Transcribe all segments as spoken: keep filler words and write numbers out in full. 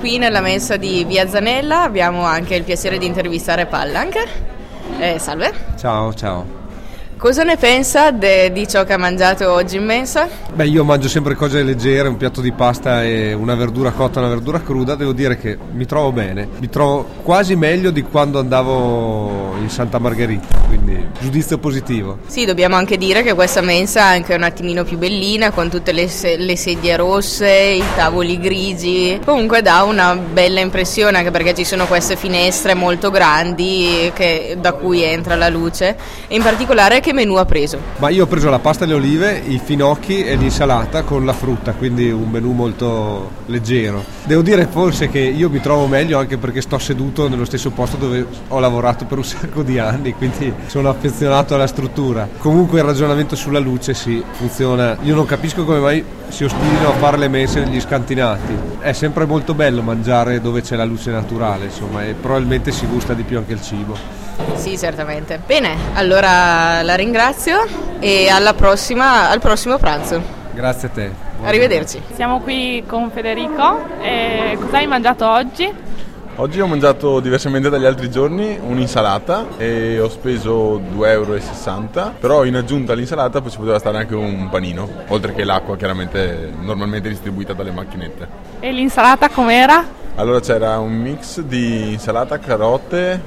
qui nella mensa di Via Zanella, abbiamo anche il piacere di intervistare Pallank. Eh, salve. Ciao, ciao. Cosa ne pensa de, di ciò che ha mangiato oggi in mensa? Beh, io mangio sempre cose leggere, un piatto di pasta e una verdura cotta, una verdura cruda. Devo dire che mi trovo bene, mi trovo quasi meglio di quando andavo in Santa Margherita, quindi giudizio positivo. Sì, dobbiamo anche dire che questa mensa è anche un attimino più bellina, con tutte le, se- le sedie rosse, i tavoli grigi. Comunque dà una bella impressione, anche perché ci sono queste finestre molto grandi che, da cui entra la luce. E in particolare, che menù ha preso? Ma io ho preso la pasta alle olive, i finocchi e l'insalata con la frutta, quindi un menù molto leggero. Devo dire forse che io mi trovo meglio anche perché sto seduto nello stesso posto dove ho lavorato per un sacco di anni, quindi sono affezionato alla struttura. Comunque il ragionamento sulla luce sì, funziona. Io non capisco come mai si ostinino a fare le mense negli scantinati. È sempre molto bello mangiare dove c'è la luce naturale, insomma, e probabilmente si gusta di più anche il cibo. Sì, certamente. Bene, allora la ringrazio e alla prossima, al prossimo pranzo. Grazie a te. Buon Arrivederci. Siamo qui con Federico. E cosa hai mangiato oggi? Oggi ho mangiato diversamente dagli altri giorni un'insalata e ho speso due virgola sessanta euro, però in aggiunta all'insalata poi ci poteva stare anche un panino, oltre che l'acqua chiaramente normalmente distribuita dalle macchinette. E l'insalata com'era? Allora c'era un mix di insalata, carote,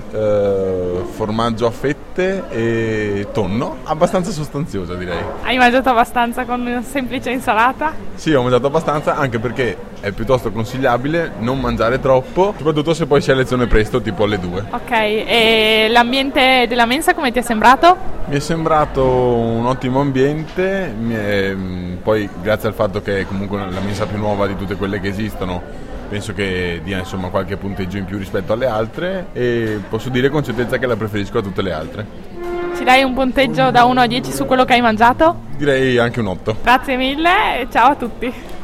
eh, formaggio a fette e tonno, abbastanza sostanziosa direi. Hai mangiato abbastanza con una semplice insalata? Sì, ho mangiato abbastanza anche perché è piuttosto consigliabile non mangiare troppo, soprattutto se poi si ha lezione presto, tipo alle due. Ok, e l'ambiente della mensa come ti è sembrato? Mi è sembrato un ottimo ambiente, mi è, poi grazie al fatto che è comunque la mensa più nuova di tutte quelle che esistono, penso che dia insomma qualche punteggio in più rispetto alle altre e posso dire con certezza che la preferisco a tutte le altre. Ci dai un punteggio da uno a dieci su quello che hai mangiato? Direi anche un otto. Grazie mille e ciao a tutti.